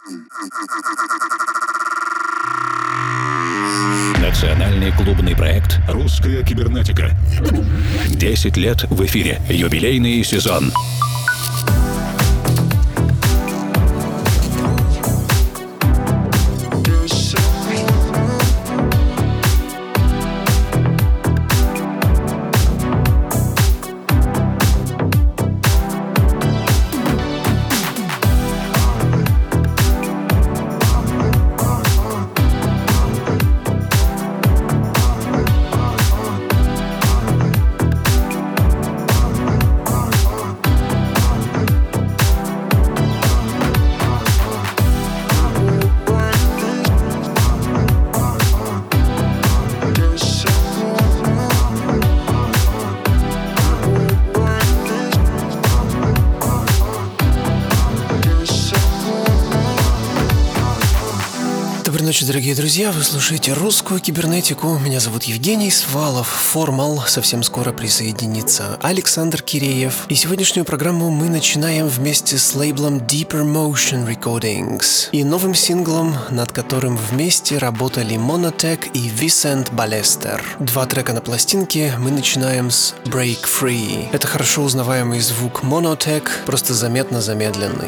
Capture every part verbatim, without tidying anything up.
Национальный клубный проект «Русская кибернетика». десять лет в эфире. Юбилейный сезон. Доброй ночи, дорогие друзья, вы слушаете «Русскую кибернетику». Меня зовут Евгений Свалов, Формал. Совсем скоро присоединится Александр Киреев. И сегодняшнюю программу мы начинаем вместе с лейблом Deeper Motion Recordings и новым синглом, над которым вместе работали Monotech и Vicent Ballester. Два трека на пластинке. Мы начинаем с Break Free. Это хорошо узнаваемый звук Monotech, просто заметно замедленный.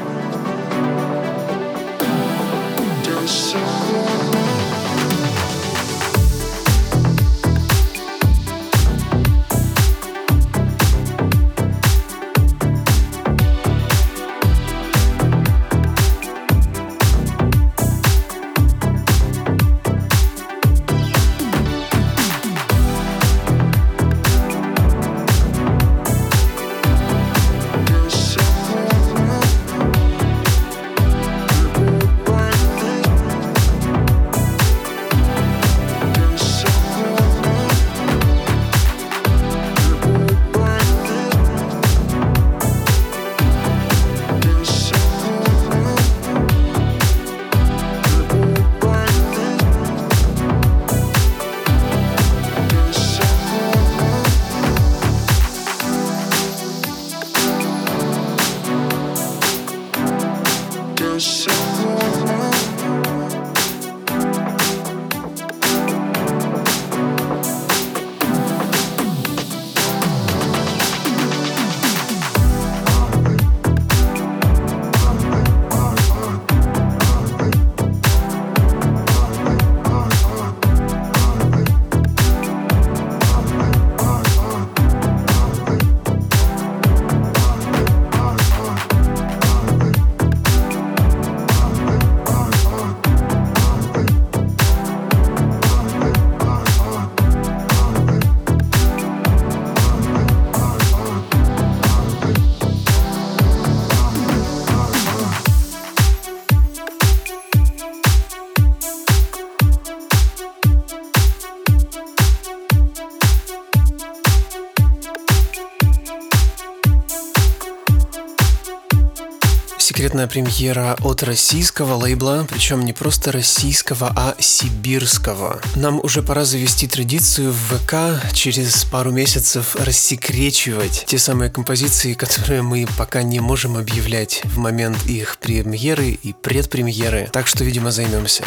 Секретная премьера от российского лейбла, причем не просто российского, а сибирского. Нам уже пора завести традицию в ВК через пару месяцев рассекречивать те самые композиции, которые мы пока не можем объявлять в момент их премьеры и предпремьеры. Так что, видимо, займемся.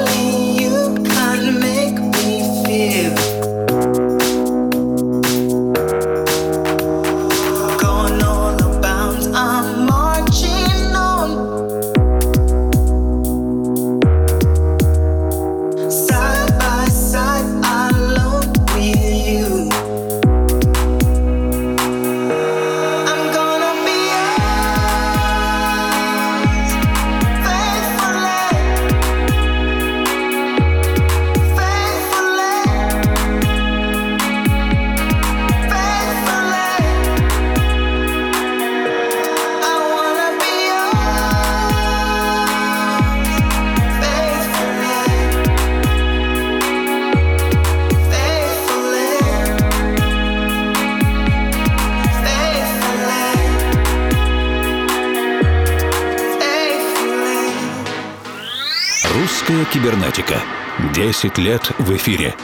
Only you can make me feel кибернетика. десять лет в эфире.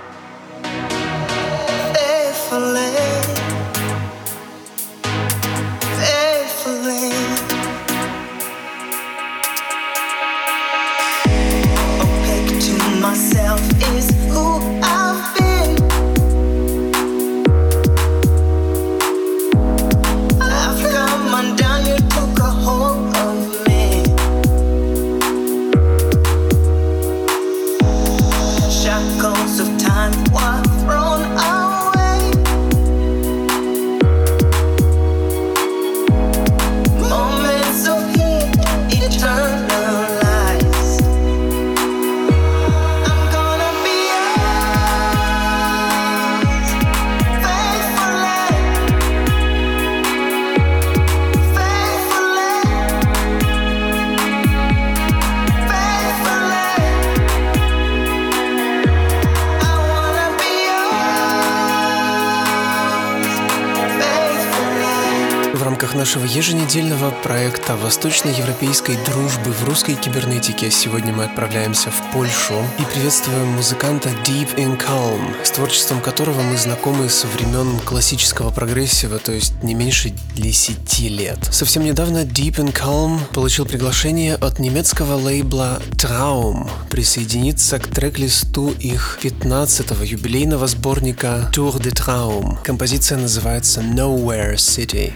Нашего еженедельного проекта восточноевропейской дружбы в русской кибернетике сегодня мы отправляемся в Польшу и приветствуем музыканта Deep in Calm, с творчеством которого мы знакомы со времен классического прогрессива, то есть не меньше десяти лет. Совсем недавно Deep in Calm получил приглашение от немецкого лейбла Traum присоединиться к трек-листу их пятнадцатого юбилейного сборника Tour de Traum. Композиция называется Nowhere City.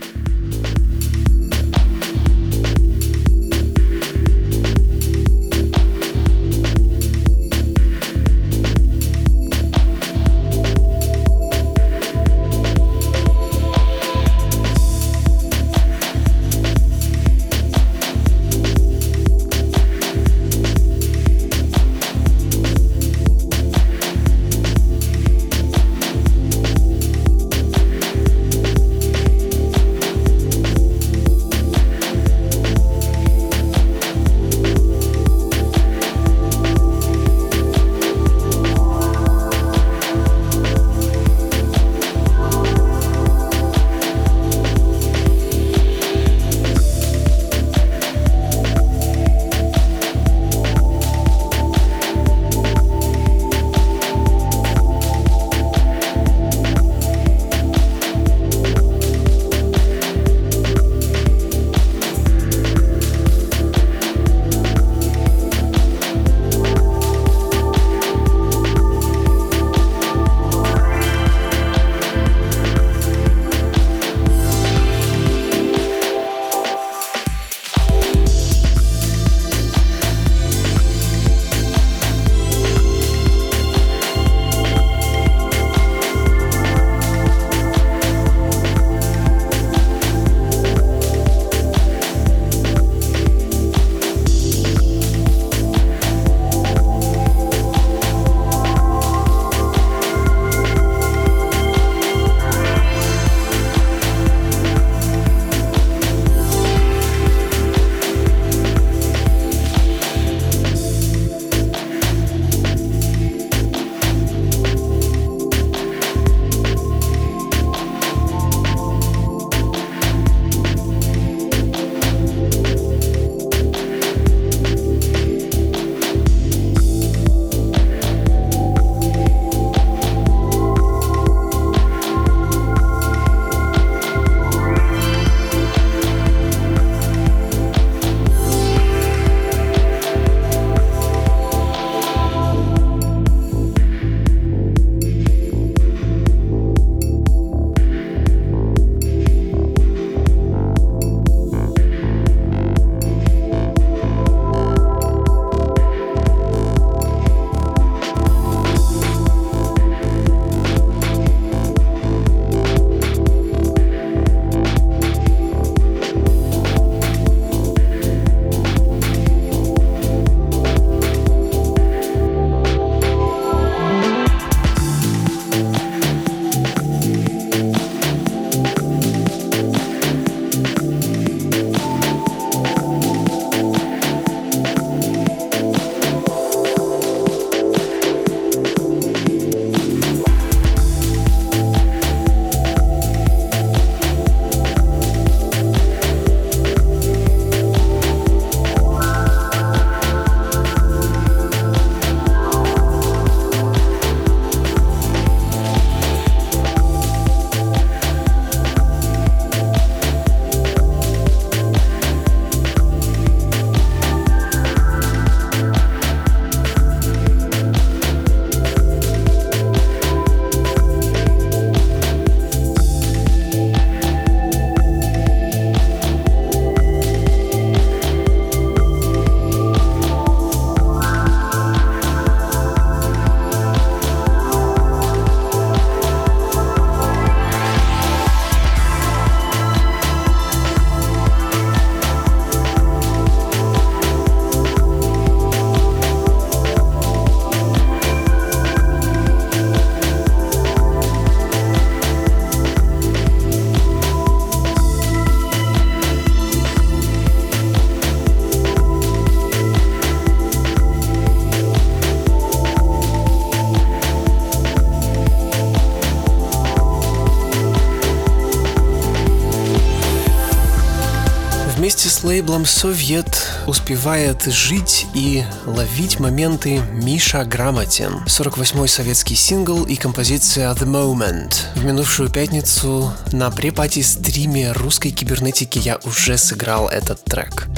с лейблом «Совет» успевает жить и ловить моменты Миша Грамотин. сорок восьмой советский сингл и композиция «The Moment». В минувшую пятницу на препати-стриме русской кибернетики я уже сыграл этот трек.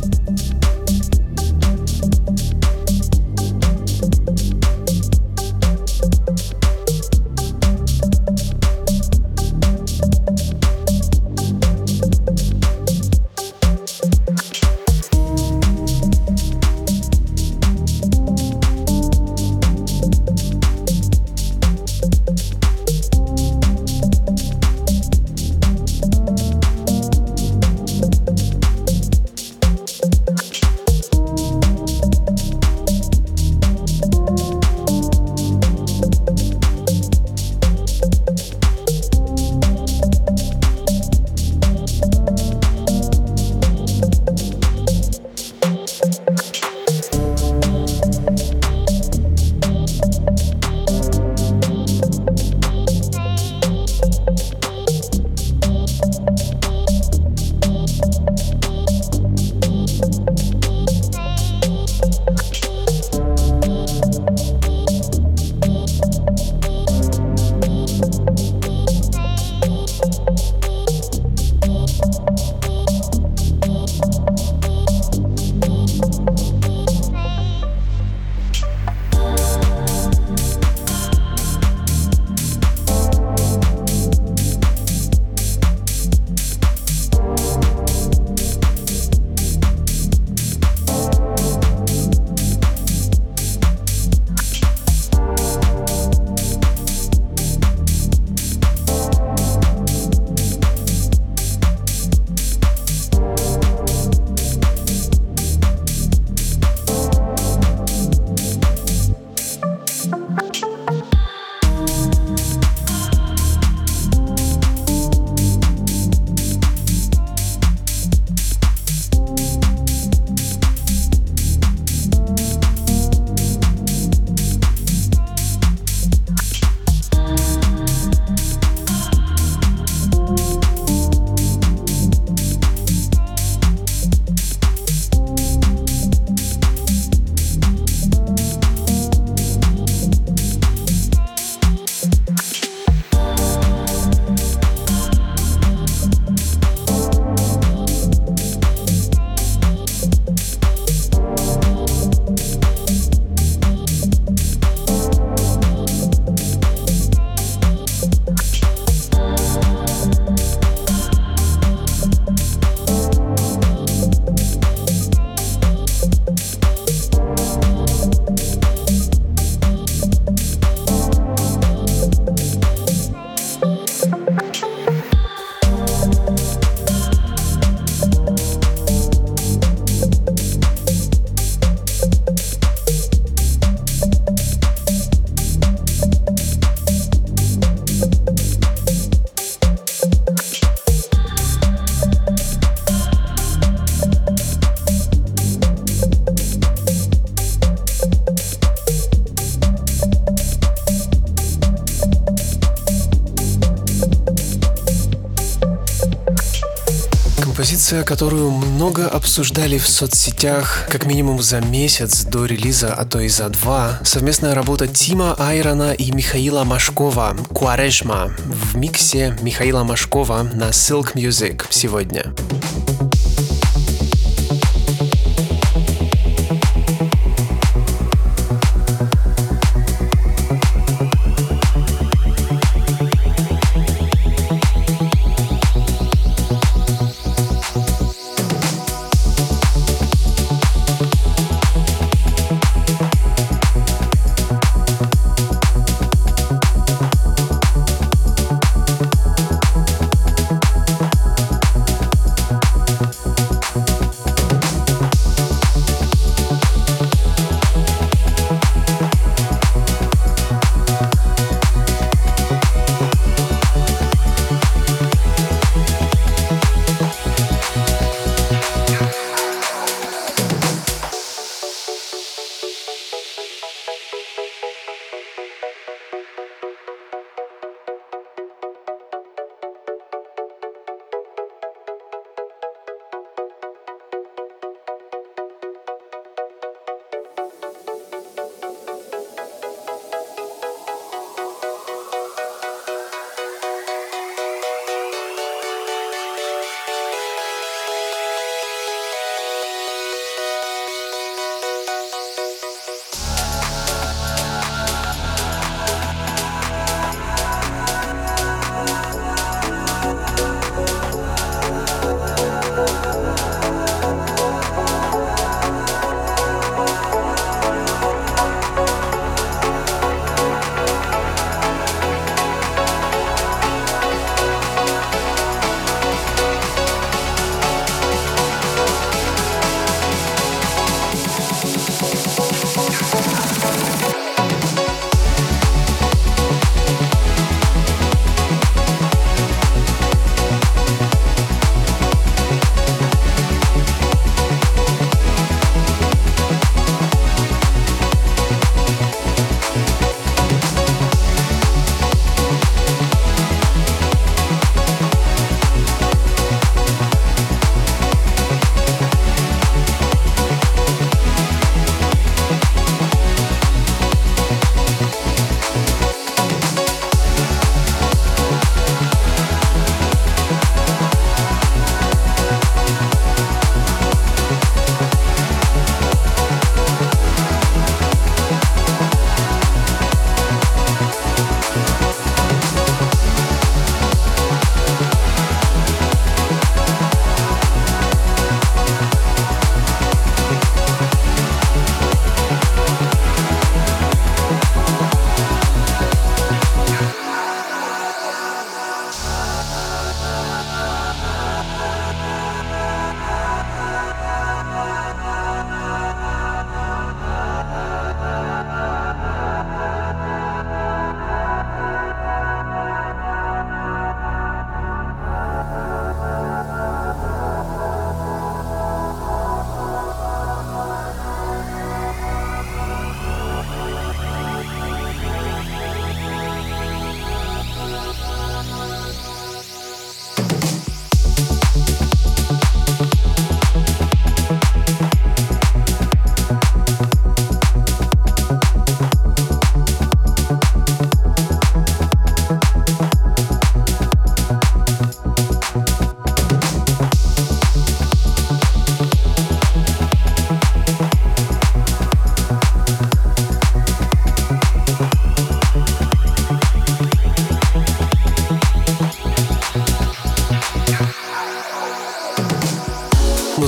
Композиция, которую много обсуждали в соцсетях как минимум за месяц до релиза, а то и за два. Совместная работа Тима Айрона и Михаила Машкова «Quaresma» в миксе Михаила Машкова на Silk Music сегодня.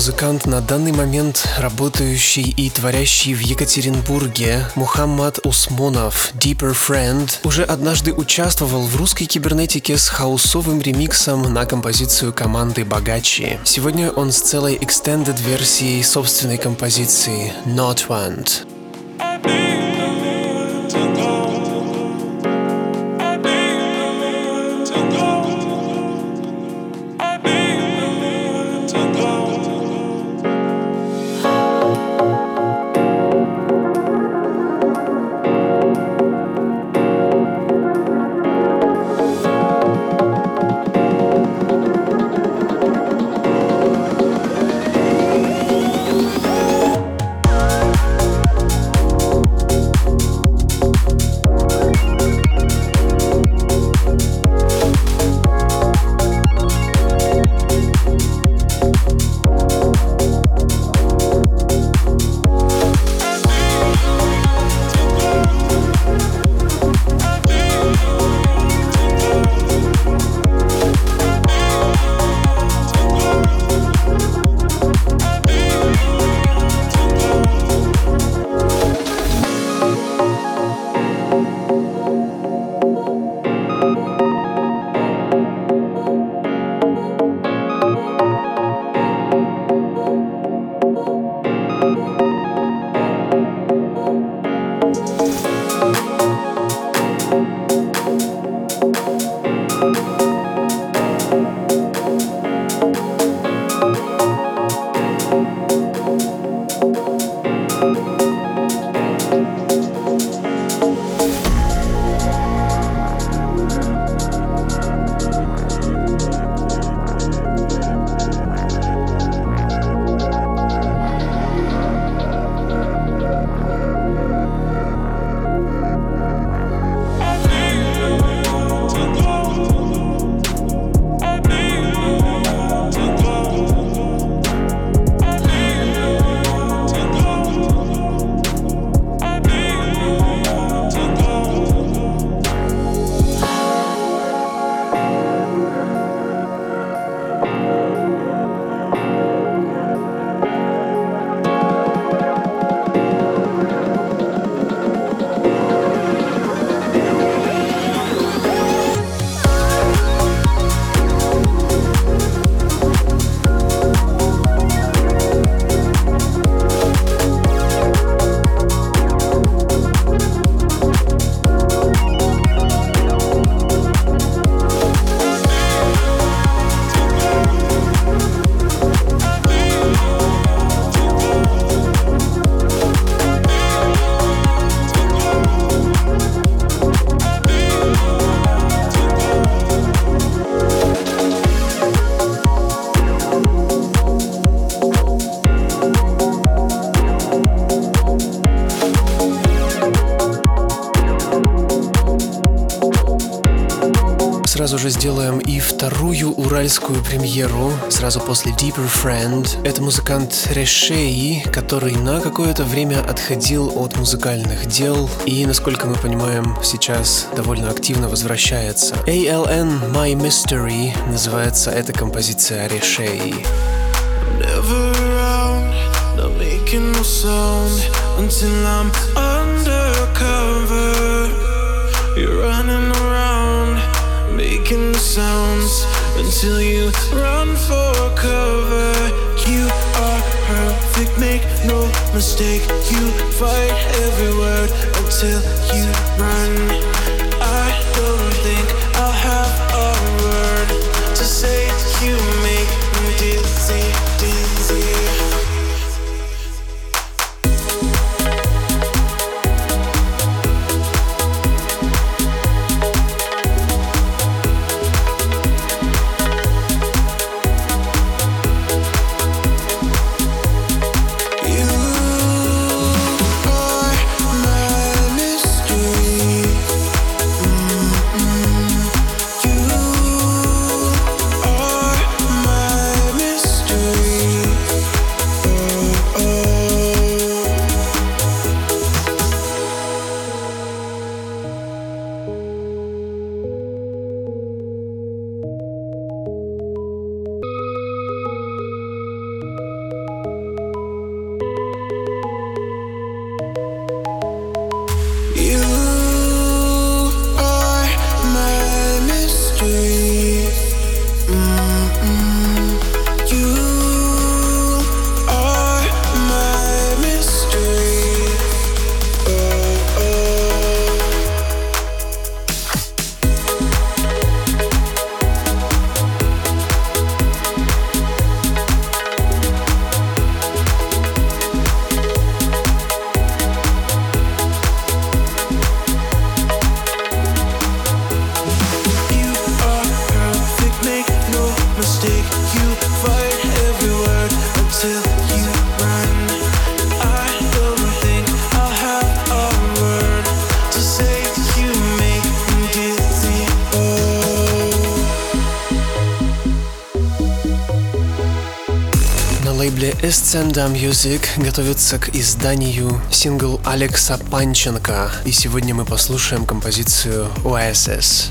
музыкант, на данный момент работающий и творящий в Екатеринбурге, Мухаммад Усмонов, Deeper Friend, уже однажды участвовал в русской кибернетике с хаусовым ремиксом на композицию команды Bogacci. Сегодня он с целой extended версией собственной композиции Not Want. Сразу же сделаем и вторую уральскую премьеру, сразу после Deeper Friend. Это музыкант Решей, который на какое-то время отходил от музыкальных дел и, насколько мы понимаем, сейчас довольно активно возвращается. эй эл эн My Mystery называется эта композиция Решей. Never around, not making no sound until I'm undercover. You're running around, making the sounds until you run for cover. You are perfect, make no mistake. You fight every word until you run. I don't think I'll have a word to say. You make me dizzy, dizzy. You are my mystery. лейбле Escenda Music готовится к изданию сингл Алекса Панченко, и сегодня мы послушаем композицию Oasis.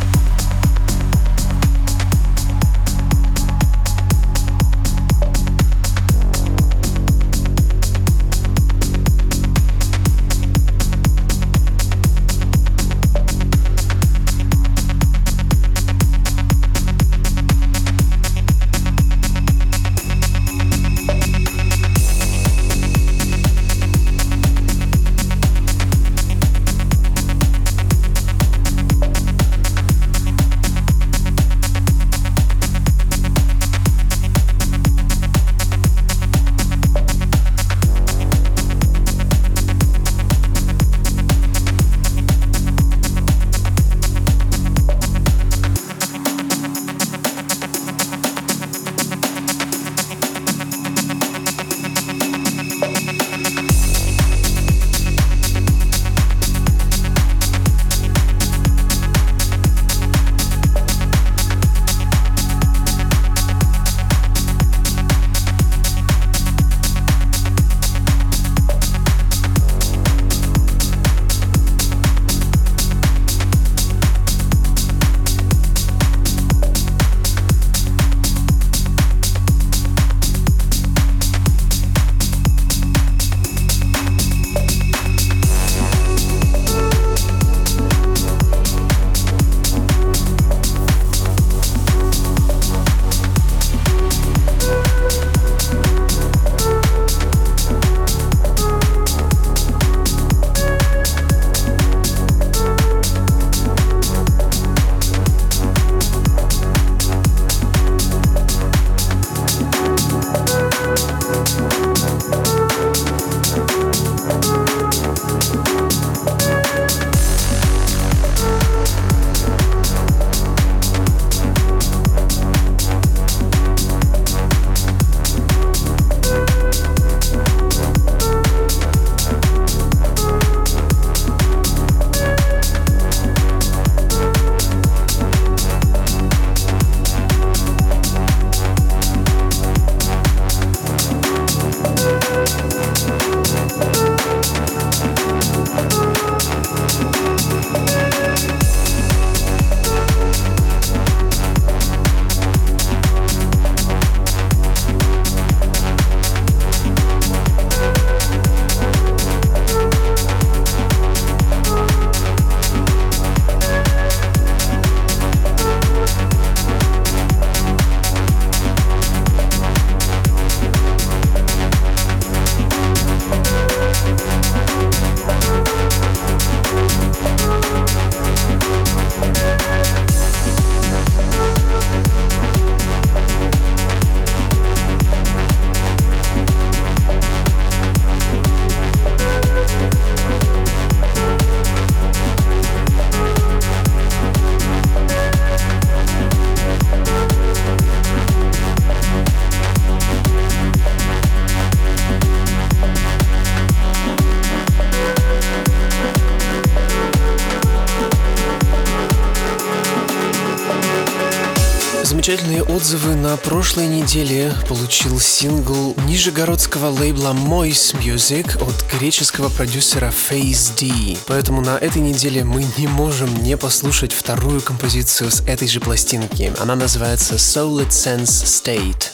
Замечательные отзывы на прошлой неделе получил сингл нижегородского лейбла Moist Music от греческого продюсера Phase D. Поэтому на этой неделе мы не можем не послушать вторую композицию с этой же пластинки. Она называется Solid Sense State.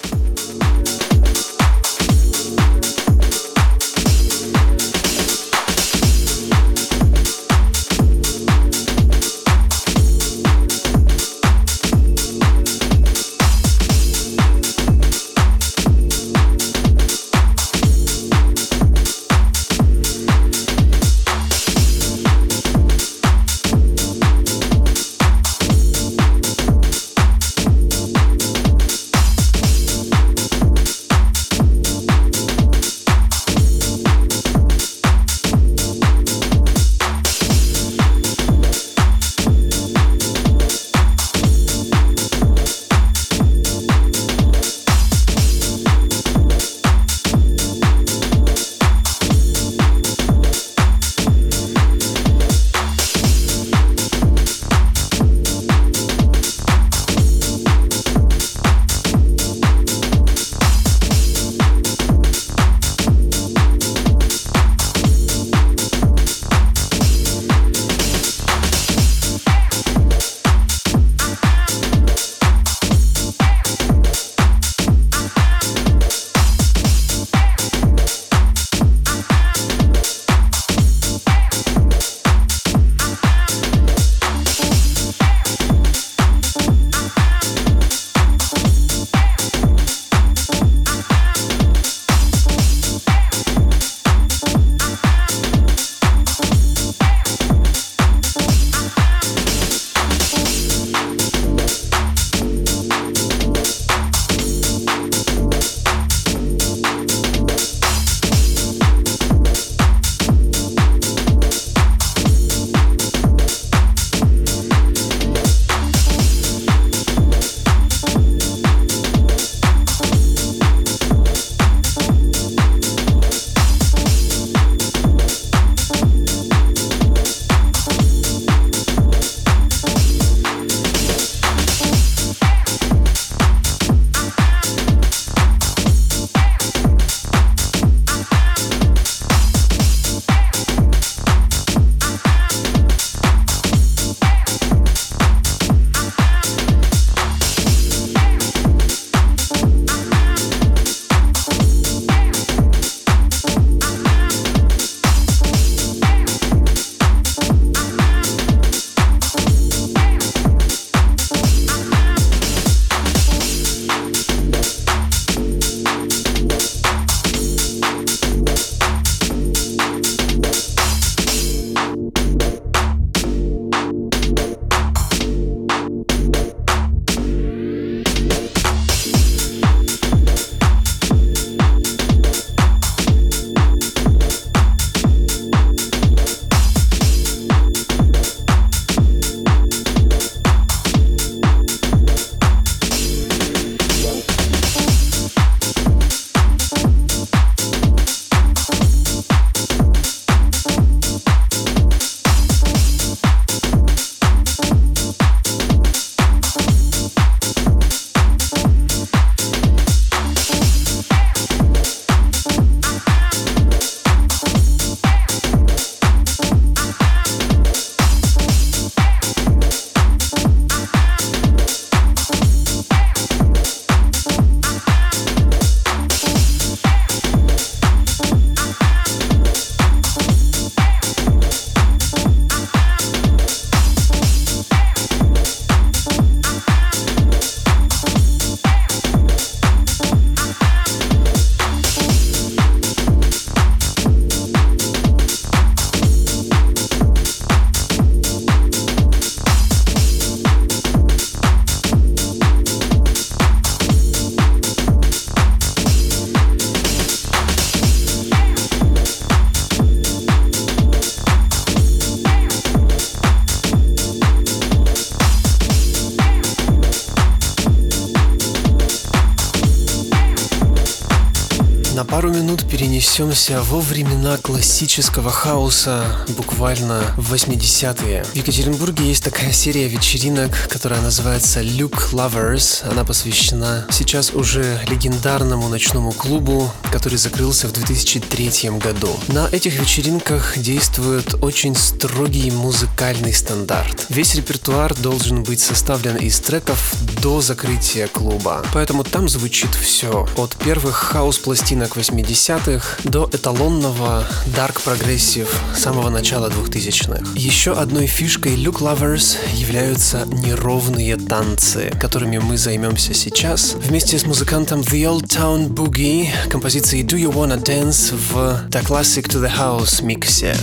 На пару минут перенесемся во времена классического хаоса, буквально в восьмидесятые. В Екатеринбурге есть такая серия вечеринок, которая называется Luke Lovers. Она посвящена сейчас уже легендарному ночному клубу, который закрылся в две тысячи третьем году. На этих вечеринках действует очень строгий музыкальный стандарт. Весь репертуар должен быть составлен из треков до закрытия клуба. Поэтому там звучит все. От первых хаус-пластинок восьмидесятых до эталонного Dark Progressive самого начала двухтысячных. Еще одной фишкой Luke Lovers являются неровные танцы, которыми мы займемся сейчас вместе с музыкантом The Old Town Boogie, композицией Do You Wanna Dance в The Classic to the House миксе.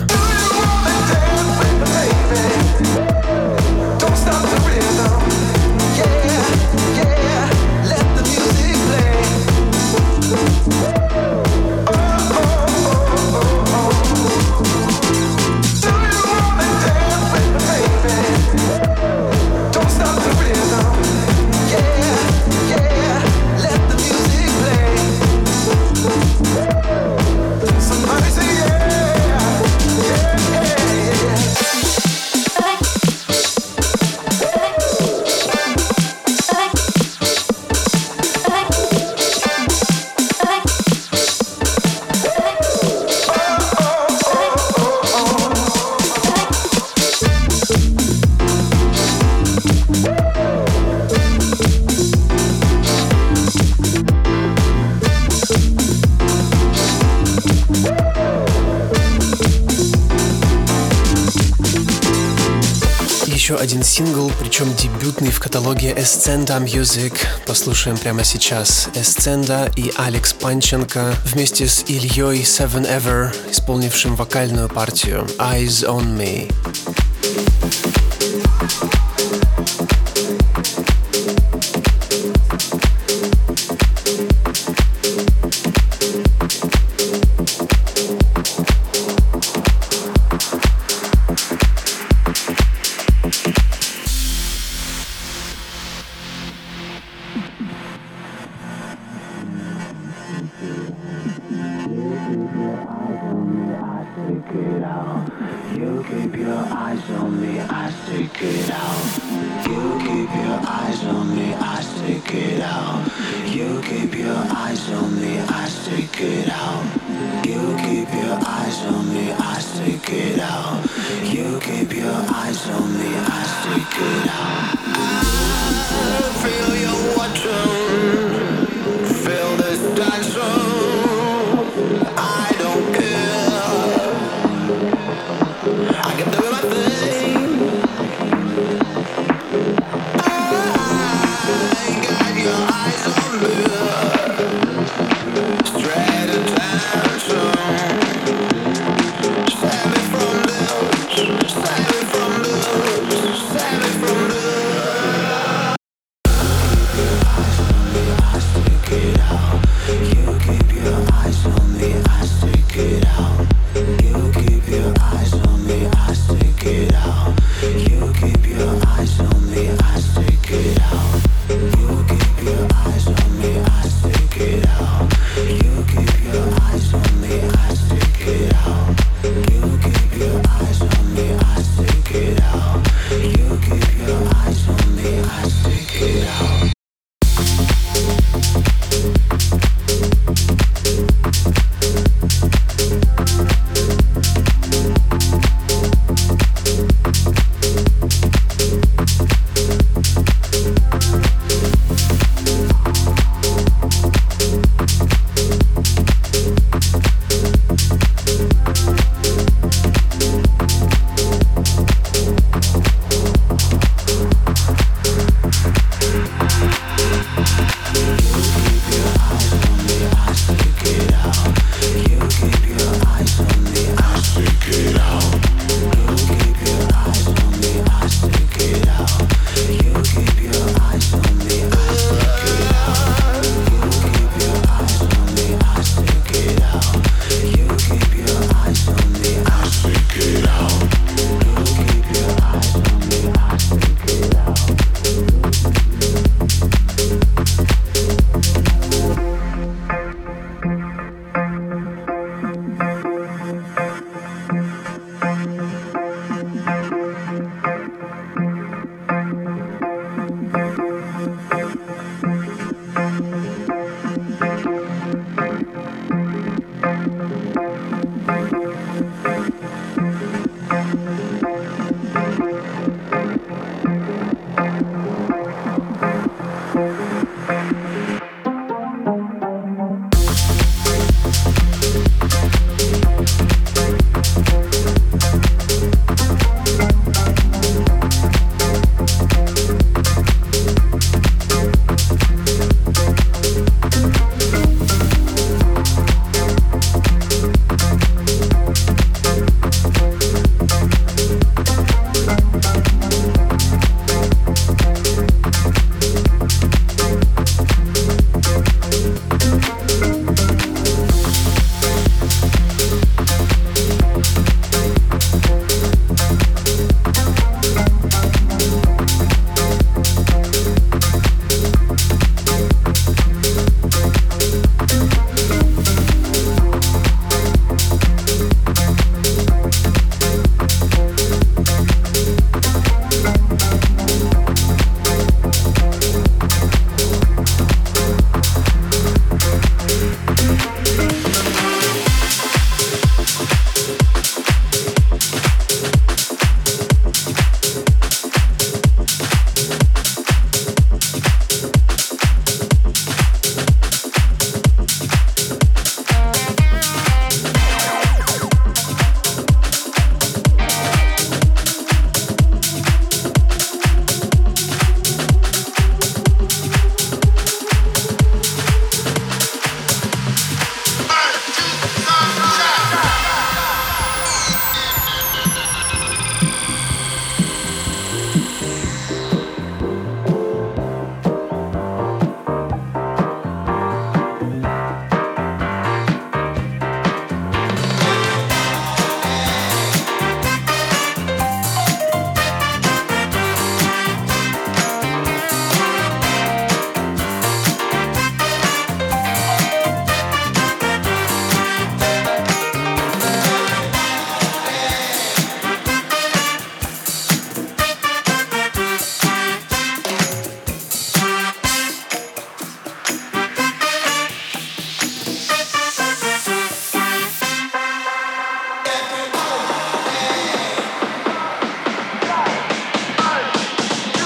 Еще один сингл, причем дебютный в каталоге Escenda Music. Послушаем прямо сейчас. Escenda и Алекс Панченко вместе с Ильей Seven Ever, исполнившим вокальную партию Eyes on Me. Save me from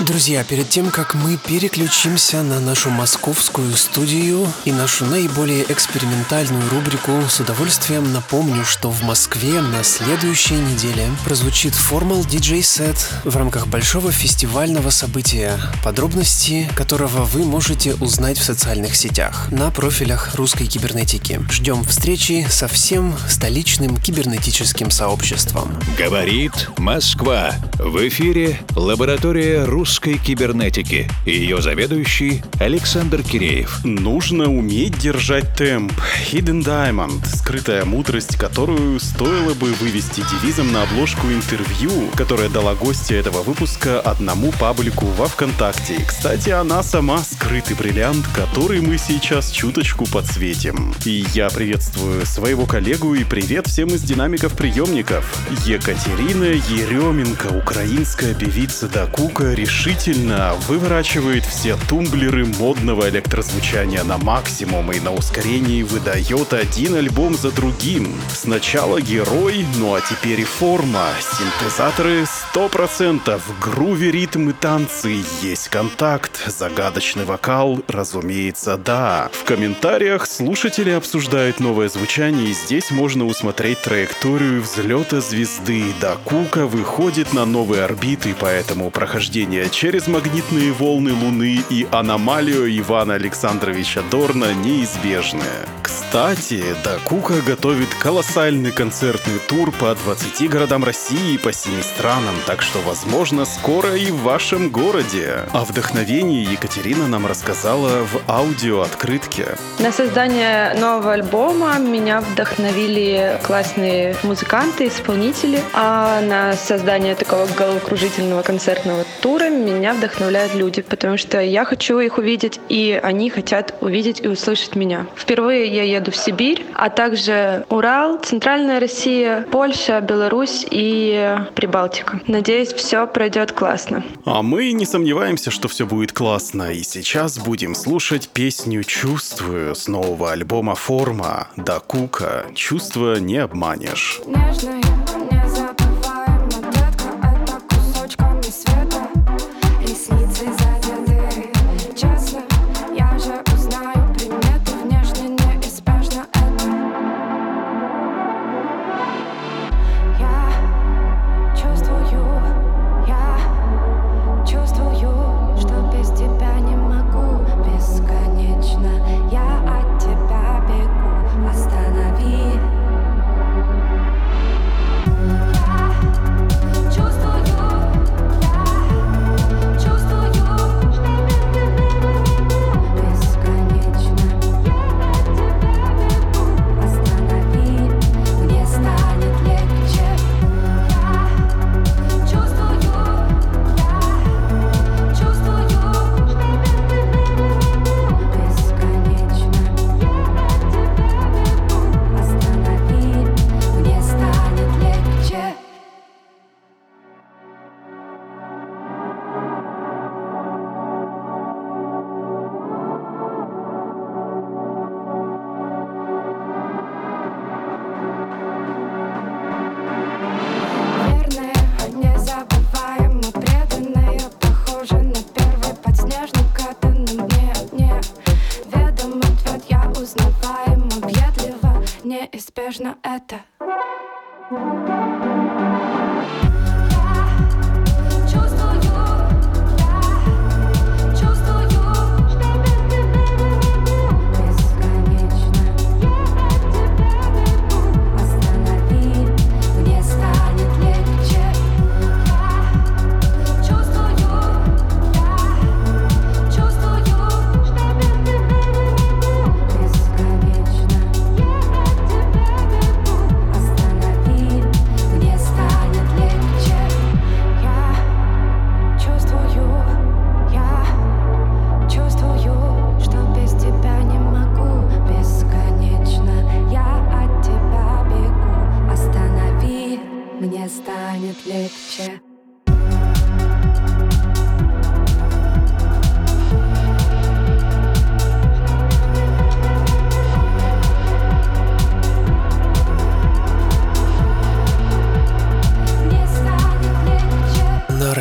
Друзья, перед тем, как мы переключимся на нашу московскую студию и нашу наиболее экспериментальную рубрику, с удовольствием напомню, что в Москве на следующей неделе прозвучит Formal ди джей Set в рамках большого фестивального события, подробности которого вы можете узнать в социальных сетях на профилях русской кибернетики. Ждем встречи со всем столичным кибернетическим сообществом. Говорит Москва. В эфире лаборатория русской кибернетики. Ее заведующий Александр Киреев. Нужно уметь держать темп. Hidden Diamond. Скрытая мудрость, которую стоило бы вывести девизом на обложку интервью, которое дала гостья этого выпуска одному паблику во ВКонтакте. И, кстати, она сама скрытый бриллиант, который мы сейчас чуточку подсветим. И я приветствую своего коллегу и привет всем из динамиков приемников. Екатерина Еременко, украинская певица Дакука, решительно выворачивает все тумблеры модного электрозвучания на максимум и на ускорении выдает один альбом за другим. Сначала герой, ну а теперь и форма. Синтезаторы сто процентов, груви, ритм и танцы, есть контакт, загадочный вокал, разумеется, да. В комментариях слушатели обсуждают новое звучание, и здесь можно усмотреть траекторию взлета звезды. Дакука выходит на новые орбиты, поэтому прохождение через магнитные волны Луны и аномалию Ивана Александровича Дорна неизбежное. Кстати, Дакука готовит колоссальный концертный тур по двадцати городам России и по семи странам, так что, возможно, скоро и в вашем городе. О вдохновении Екатерина нам рассказала в аудиооткрытке. На создание нового альбома меня вдохновили классные музыканты, исполнители, а на создание такого головокружительного концертного тура меня вдохновляют люди, потому что я хочу их увидеть, и они хотят увидеть и услышать меня. Впервые я еду в Сибирь, а также Урал, Центральная Россия, Польша, Беларусь и Прибалтика. Надеюсь, все пройдет классно. А мы не сомневаемся, что все будет классно, и сейчас будем слушать песню «Чувствую» с нового альбома «Форма». Дакука. Чувства не обманешь. Нежный, незабываемая детка, это кусочками света, ресницы задеты. Честно, я же узнаю приметы, внешне неизбежно это. Я чувствую, я чувствую, что без тебя не могу бесконечно. Я от тебя бегу, останови.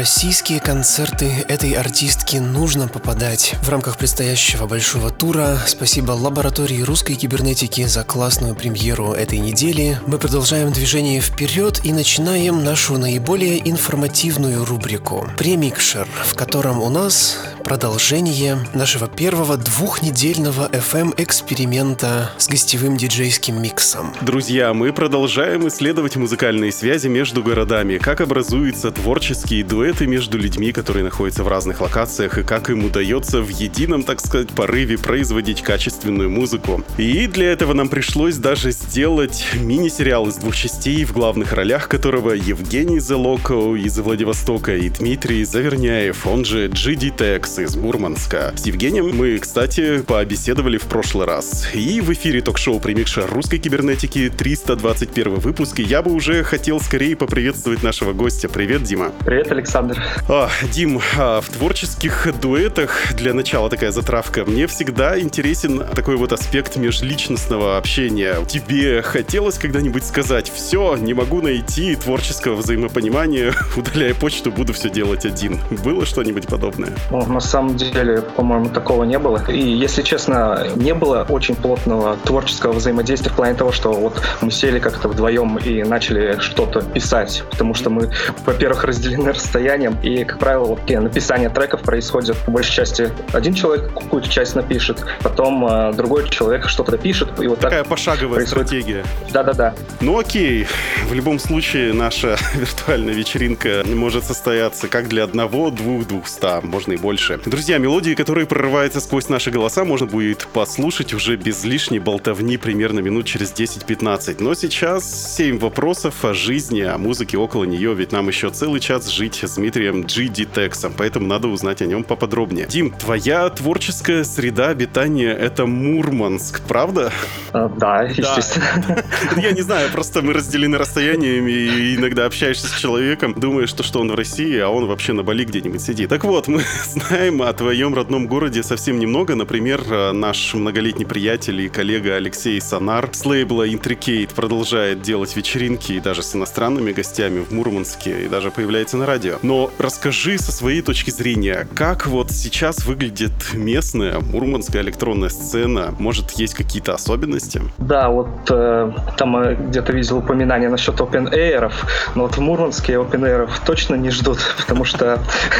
российские концерты этой артистки нужно попадать в рамках предстоящего большого тура. Спасибо лаборатории русской кибернетики за классную премьеру этой недели. Мы продолжаем движение вперед и начинаем нашу наиболее информативную рубрику «Премикшер», в котором у нас продолжение нашего первого двухнедельного эф эм-эксперимента с гостевым диджейским миксом. Друзья, мы продолжаем исследовать музыкальные связи между городами, как образуются творческие дуэты между людьми, которые находятся в разных локациях, и как им удается в едином, так сказать, порыве производить качественную музыку. И для этого нам пришлось даже сделать мини-сериал из двух частей, в главных ролях которого Евгений The Loco из Владивостока и Дмитрий Заверняев, он же джи ди Tex из Мурманска. С Евгением мы, кстати, побеседовали в прошлый раз. И в эфире ток-шоу «Премикшер русской кибернетики», триста двадцать первый выпуск, и я бы уже хотел скорее поприветствовать нашего гостя. Привет, Дима. Привет, Александр. А, Дим, а, в творческих дуэтах, для начала такая затравка, мне всегда интересен такой вот аспект межличностного общения. Тебе хотелось когда-нибудь сказать: все, не могу найти творческого взаимопонимания, удаляя почту, буду все делать один? Было что-нибудь подобное? Ну, на самом деле, по-моему, такого не было. И, если честно, не было очень плотного творческого взаимодействия в плане того, что вот мы сели как-то вдвоем и начали что-то писать. Потому что мы, во-первых, разделены расстоянием, и, как правило, вот написание треков происходит по большей части. Один человек какую-то часть напишет, потом э, другой человек что-то пишет. И вот такая так пошаговая происходит. Стратегия. Да-да-да. Ну окей, в любом случае наша виртуальная вечеринка может состояться как для одного, двух, двухста, можно и больше. Друзья, мелодии, которые прорываются сквозь наши голоса, можно будет послушать уже без лишней болтовни примерно минут через десять-пятнадцать. Но сейчас семь вопросов о жизни, о музыке около нее, ведь нам еще целый час жить с Дмитрием джи ди Tex'ом, поэтому надо узнать о нем поподробнее. Дим, твоя творческая среда обитания — это Мурманск, правда? А, да, естественно. Да. Я не знаю, просто мы разделены расстояниями, и иногда общаешься с человеком, думаешь, что, что он в России, а он вообще на Бали где-нибудь сидит. Так вот, мы знаем о твоем родном городе совсем немного. Например, наш многолетний приятель и коллега Алексей Сонар с лейбла Intricate продолжает делать вечеринки и даже с иностранными гостями в Мурманске, и даже появляется на радио. Но расскажи со своей точки зрения, как вот сейчас выглядит местная мурманская электронная сцена? Может, есть какие-то особенности? Да, вот э, там э, где-то видел упоминание насчет open-air'ов, но вот в Мурманске open-air'ов точно не ждут, потому что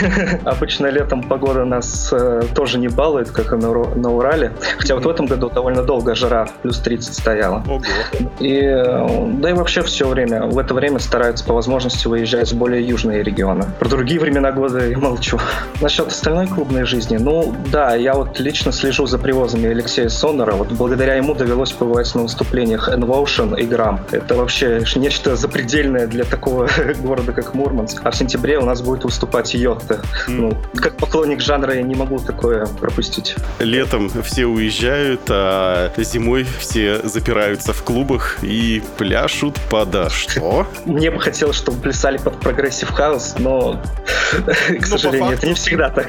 обычно летом погода нас э, тоже не балует, как и на, на Урале. Хотя вот в этом году довольно долго жара, плюс тридцать стояла. Ого. И, э, да и вообще все время, в это время стараются по возможности выезжать в более южные регионы. Про другие времена года я молчу. Насчет остальной клубной жизни, ну да, я вот лично слежу за привозами Алексея Сонара. Вот благодаря ему довелось побывать на выступлениях Envotion и Грам. Это вообще нечто запредельное для такого города, как Мурманск. А в сентябре у нас будет выступать Йотта. Mm. Ну, как поклонник жанра я не могу такое пропустить. Летом все уезжают, а зимой все запираются в клубах и пляшут под что? Мне бы хотелось, чтобы плясали под прогрессив хаус, но, к сожалению, это не всегда так.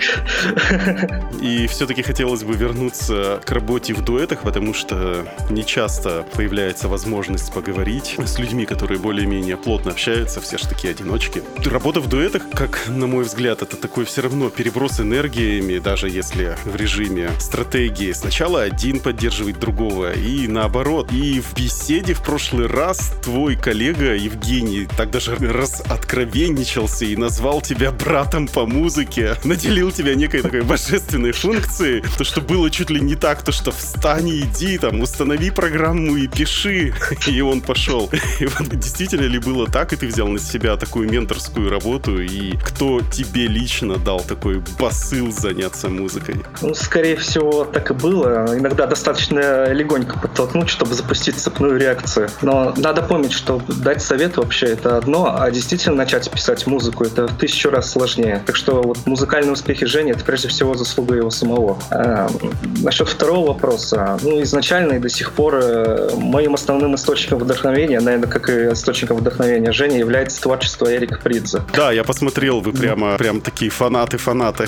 И все-таки хотелось бы вернуться к работе в дуэтах, потому что не часто появляется возможность поговорить с людьми, которые более-менее плотно общаются, все же такие одиночки. Работа в дуэтах, как на мой взгляд, это такой все равно переброс энергиями, даже если в режиме стратегии. Сначала один поддерживает другого, и наоборот. И в беседе в прошлый раз твой коллега Евгений так даже разоткровенничался и назвал тебя братом по музыке, наделил тебя некой такой божественной функцией, то, что было чуть ли не так, то, что встань и иди, там, установи программу и пиши, и он пошел. И вот действительно ли было так, и ты взял на себя такую менторскую работу, и кто тебе лично дал такой посыл заняться музыкой? Ну, скорее всего, так и было. Иногда достаточно легонько подтолкнуть, чтобы запустить цепную реакцию. Но надо помнить, что дать совет вообще это одно, а действительно начать писать музыку это в тысячу раз сложнее. Так что вот музыкальные успехи Жени — это прежде всего заслуга его самого. А, насчет второго вопроса. Ну, изначально и до сих пор моим основным источником вдохновения, наверное, как и источником вдохновения Жени, является творчество Эрика Придзе. Да, я посмотрел, вы прямо, прям такие фанаты-фанаты.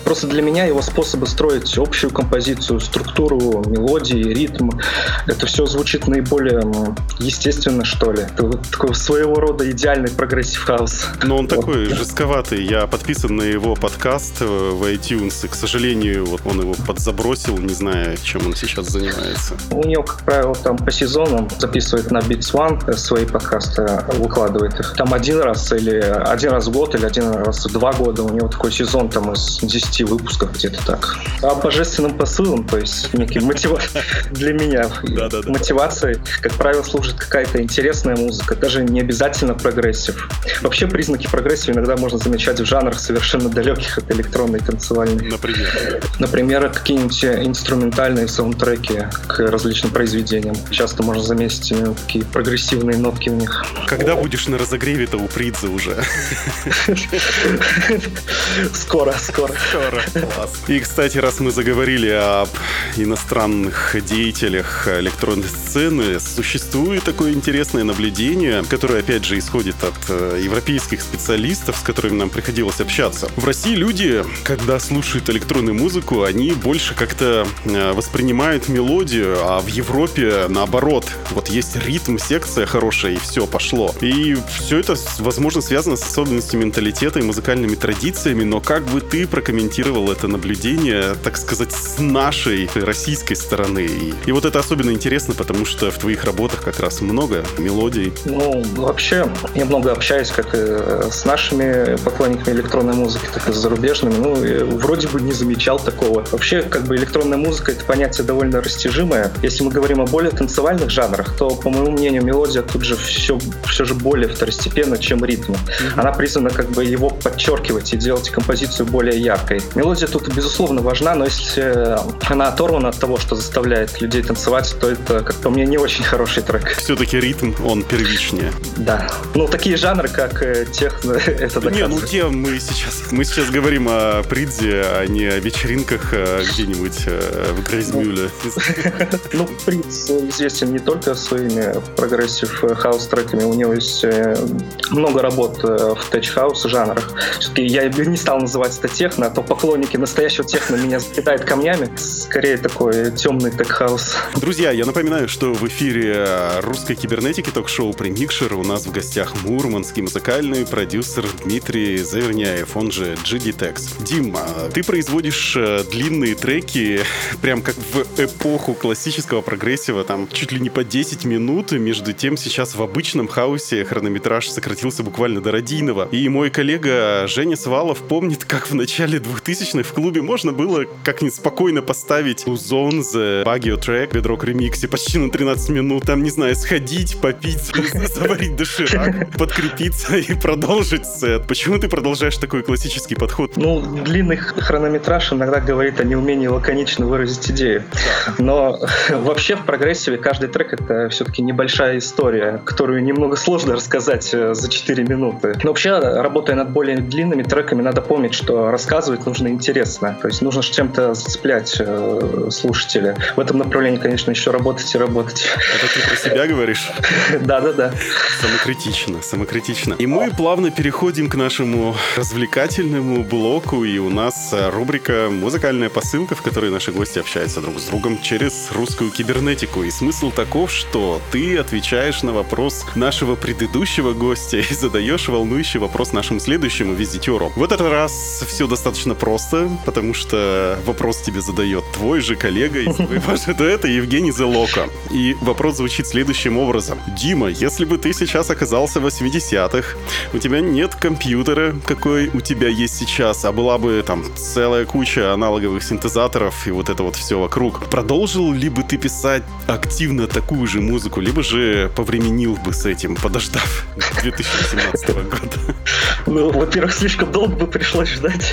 Просто для меня его способы строить общую композицию, структуру, мелодии, ритм, это все звучит наиболее естественно, что ли. Это вот такой своего рода идеальный прогрессив хаус. Но он вот. Такой жестковатый. Я подписан на его подкаст в iTunes, и, к сожалению, вот он его подзабросил, не знаю, чем он сейчас занимается. У него, как правило, там по сезонам записывает на Beats One свои подкасты, выкладывает их. Там один раз или один раз в год, или один раз в два года. У него такой сезон там из десяти выпусков где-то так. А божественным посылом, то есть некий мотива для меня мотивацией, как правило, служит какая-то интересная музыка, даже не обязательно прогрессив. Вообще признаки прогрессива иногда можно замечать в жанрах совершенно далеких от электронной танцевальной. Например? Например, какие-нибудь инструментальные саундтреки к различным произведениям. Часто можно заметить именно такие прогрессивные нотки в них. Когда будешь на разогреве-то у Придзе уже? Скоро, скоро. Скоро. Класс. И, кстати, раз мы заговорили об иностранных деятелях электронной сцены, существует такое интересное наблюдение, которое, опять же, исходит от европейских специалистов, с которыми нам приходилось общаться. В России люди, когда слушают электронную музыку, они больше как-то воспринимают мелодию, а в Европе наоборот. Вот есть ритм, секция хорошая, и все, пошло. И все это, возможно, связано с особенностями менталитета и музыкальными традициями, но как бы ты прокомментировал это наблюдение, так сказать, с нашей российской стороны? И, и вот это особенно интересно, потому что в твоих работах как раз много мелодий. Ну, вообще, я много общаюсь как и с нашими поклонниками электронной музыки, так и с зарубежными. Ну, вроде бы не замечал такого. Вообще, как бы электронная музыка — это понятие довольно растяжимое. Если мы говорим о более танцевальных жанрах, то, по моему мнению, мелодия тут же все, все же более второстепенна, чем ритм. Mm-hmm. Она призвана как бы его подчеркивать и делать композицию более яркой. Мелодия тут, безусловно, важна, но если она оторвана от того, что заставляет людей танцевать, то это, как по мне, не очень хороший трек. Все-таки ритм, он первичнее. Да. Ну, такие жанры, как техно, это доказывает. Не, ну те мы сейчас, мы сейчас говорим о Придзе, а не о вечеринках где-нибудь в Грейзмюле. Ну, Придз известен не только своими прогрессив хаус-треками, у него есть много работ в теч-хаус жанрах. Все-таки я не стал называть это техно, а то поклонники настоящего техно меня закидают камнями. Скорее такой темный теч-хаус. Друзья, я напоминаю, что в эфире русской кибернетики ток-шоу «Премикшер». У нас в гостях мурманский музыкальный продюсер Дмитрий Заверняев, он же джи ди Tex. Дим, ты производишь длинные треки, прям как в эпоху классического прогрессива, там чуть ли не по десять минут. Между тем, сейчас в обычном хаусе хронометраж сократился буквально до радийного. И мой коллега Женя Свалов помнит, как в начале двухтысячных в клубе можно было как-нибудь спокойно поставить Luzon, The Baggio Track, Bedrock ремиксе почти на тринадцать минут, там, не знаю, сходить, попить, заварить доширак, подкрепиться и продолжить сет. Почему ты продолжаешь такой классический подход? Ну, длинный хронометраж иногда говорит о неумении лаконично выразить идею. Но вообще в прогрессиве каждый трек — это все-таки небольшая история, которую немного сложно рассказать за четыре минуты. Но вообще, работая над более длинными треками, надо помнить, что рассказывать нужно интересно. То есть нужно чем-то зацеплять э, слушателя. В этом направлении, конечно, еще работать и работать. Это ты про себя говоришь? Да-да-да. Самокритично, самокритично. И мы плавно переходим к нашему развлекательному блоку, и у нас рубрика «Музыкальная посылка», в которой наши гости общаются друг с другом через русскую кибернетику. И смысл таков, что ты отвечаешь на вопрос нашего предыдущего гостя и задаешь волнующий вопрос нашему следующему визитеру. В этот раз все достаточно просто, потому что вопрос тебе задает твой же коллега из твоего же дуэта Евгений Зелоко. И вопрос звучит следующим образом. Дима, если бы ты сейчас оказался в восьмидесятых, у тебя нет компьютера, какой у тебя есть сейчас, а была бы там целая куча аналоговых синтезаторов и вот это вот все вокруг, продолжил ли бы ты писать активно такую же музыку, либо же повременил бы с этим, подождав две тысячи восемнадцатого года? Ну, во-первых, слишком долго бы пришлось ждать.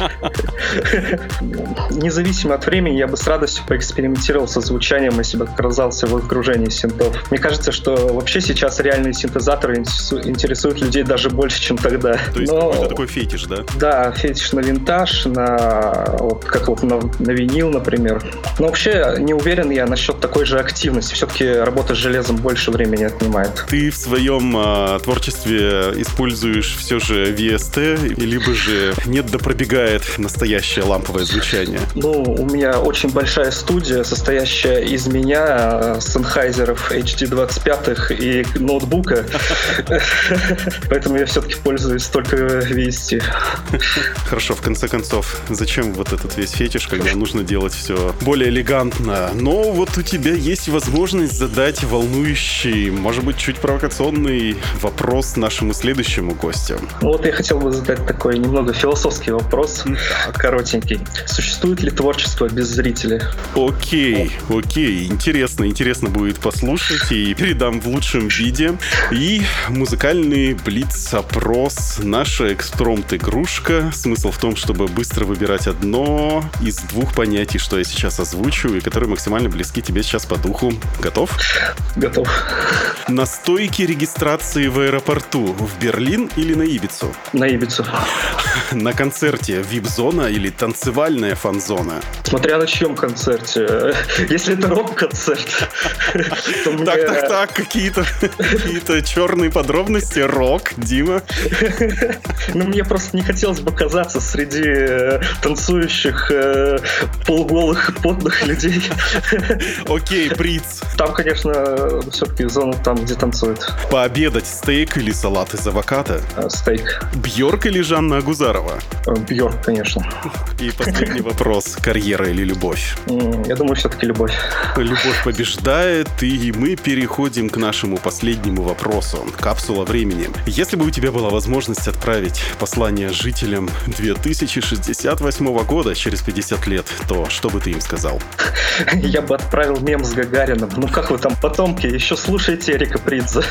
Независимо от времени, я бы с радостью поэкспериментировал со звучанием, если бы оказался в окружении синтов. Мне кажется, что вообще сейчас реальные синтезаторы интересуют людей даже больше, чем тогда. То есть Но... какой-то такой фетиш, да? Да, фетиш на винтаж, на вот, как вот на, на винил, например. Но вообще не уверен я насчет такой же активности. Все-таки работа с железом больше времени отнимает. Ты в своем а, творчестве используешь все же ви эс ти, либо же нет да пробегает настоящий настоящее ламповое звучание? Ну, у меня очень большая студия, состоящая из меня, сенхайзеров эйч ди двадцать пять и ноутбука. Поэтому я все-таки пользуюсь только ви эс ти. Хорошо, в конце концов, зачем вот этот весь фетиш, когда нужно делать все более элегантно? Но вот у тебя есть возможность задать волнующий, может быть, чуть провокационный вопрос нашему следующему гостю. Вот я хотел бы задать такой немного философский вопрос, коротенький. Существует ли творчество без зрителя? Окей, окей, интересно, интересно будет послушать и передам в лучшем виде. И музыкальный блиц-опрос, наша экспромт-игрушка. Смысл в том, чтобы быстро выбирать одно из двух понятий, что я сейчас озвучу, и которые максимально близки тебе сейчас по духу. Готов? Готов. На стойке регистрации в аэропорту в Берлин или на Ибицу? На Ибицу. На концерте вип-зона или танцевальная фан-зона? Смотря на чьем концерте. Если это рок-концерт, то мне... Так, так, так, какие-то, какие-то черные подробности. Рок, Дима. Ну, мне просто не хотелось бы оказаться среди э, танцующих э, полуголых потных людей. Окей, приц. Там, конечно, все-таки зона там, где танцуют. Пообедать стейк или салат из авокадо? Э, стейк. Бьорк или Жанна Агузарова? Э, Бьорк, конечно. И последний вопрос. Карьера или любовь? М, Я думаю, все-таки любовь. Любовь побеждает, и мы переходим к нашему последнему вопросу. Капсула времени. Если бы у тебя была возможность отправить послание жителям две тысячи шестьдесят восьмого года через пятьдесят лет, то что бы ты им сказал? Я бы отправил мем с Гагарином. Ну как вы там, потомки, еще слушайте Эрика Придзе.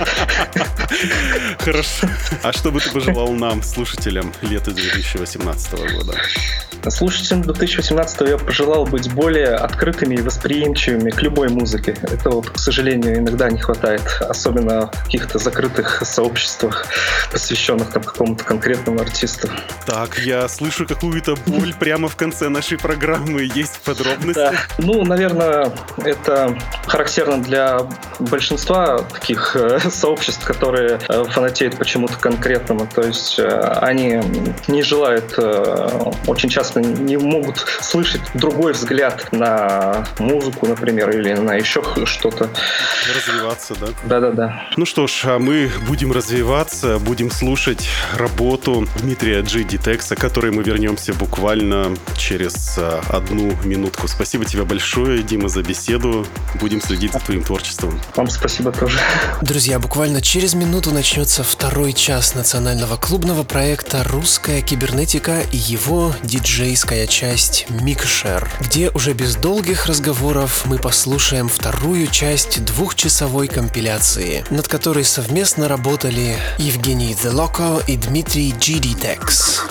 Хорошо. А что бы ты пожелал нам, слушателям, лета две тысячи восемнадцатого года? Слушателям две тысячи восемнадцатого я пожелал быть более открытыми и восприимчивыми к любой музыке. Это вот, к сожалению, иногда не хватает, особенно в каких-то закрытых сообществах, посвященных там какому-то конкретному артисту. Так, я слышу какую-то боль прямо в конце нашей программы. Есть подробности? Да. Ну, наверное, это характерно для большинства таких э, сообществ, которые э, фанатеют почему-то конкретному. То есть э, они не желают, э, очень часто не могут слышать другой взгляд на музыку, например, или на еще что-то. Развиваться, да? Да-да-да. Ну что ж, а мы будем развиваться, будем слушать работу Дмитрия Джи Дитекса, к которой мы вернемся буквально через а, одну минутку. Спасибо тебе большое, Дима, за беседу. Будем следить за твоим творчеством. Вам спасибо тоже. Друзья, буквально через минуту начнется второй час национального клубного проекта «Русская кибернетика» и его диджейская часть «Микшер», где уже без долгих разговоров мы послушаем вторую часть двухчасовой компиляции, над которой совместно работали Евгений The Loco и Дмитрий Джи Дитекс.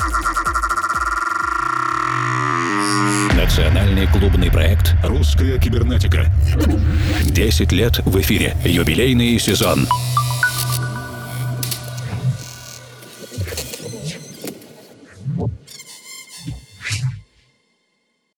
Национальный клубный проект «Русская кибернетика». десять лет в эфире. Юбилейный сезон.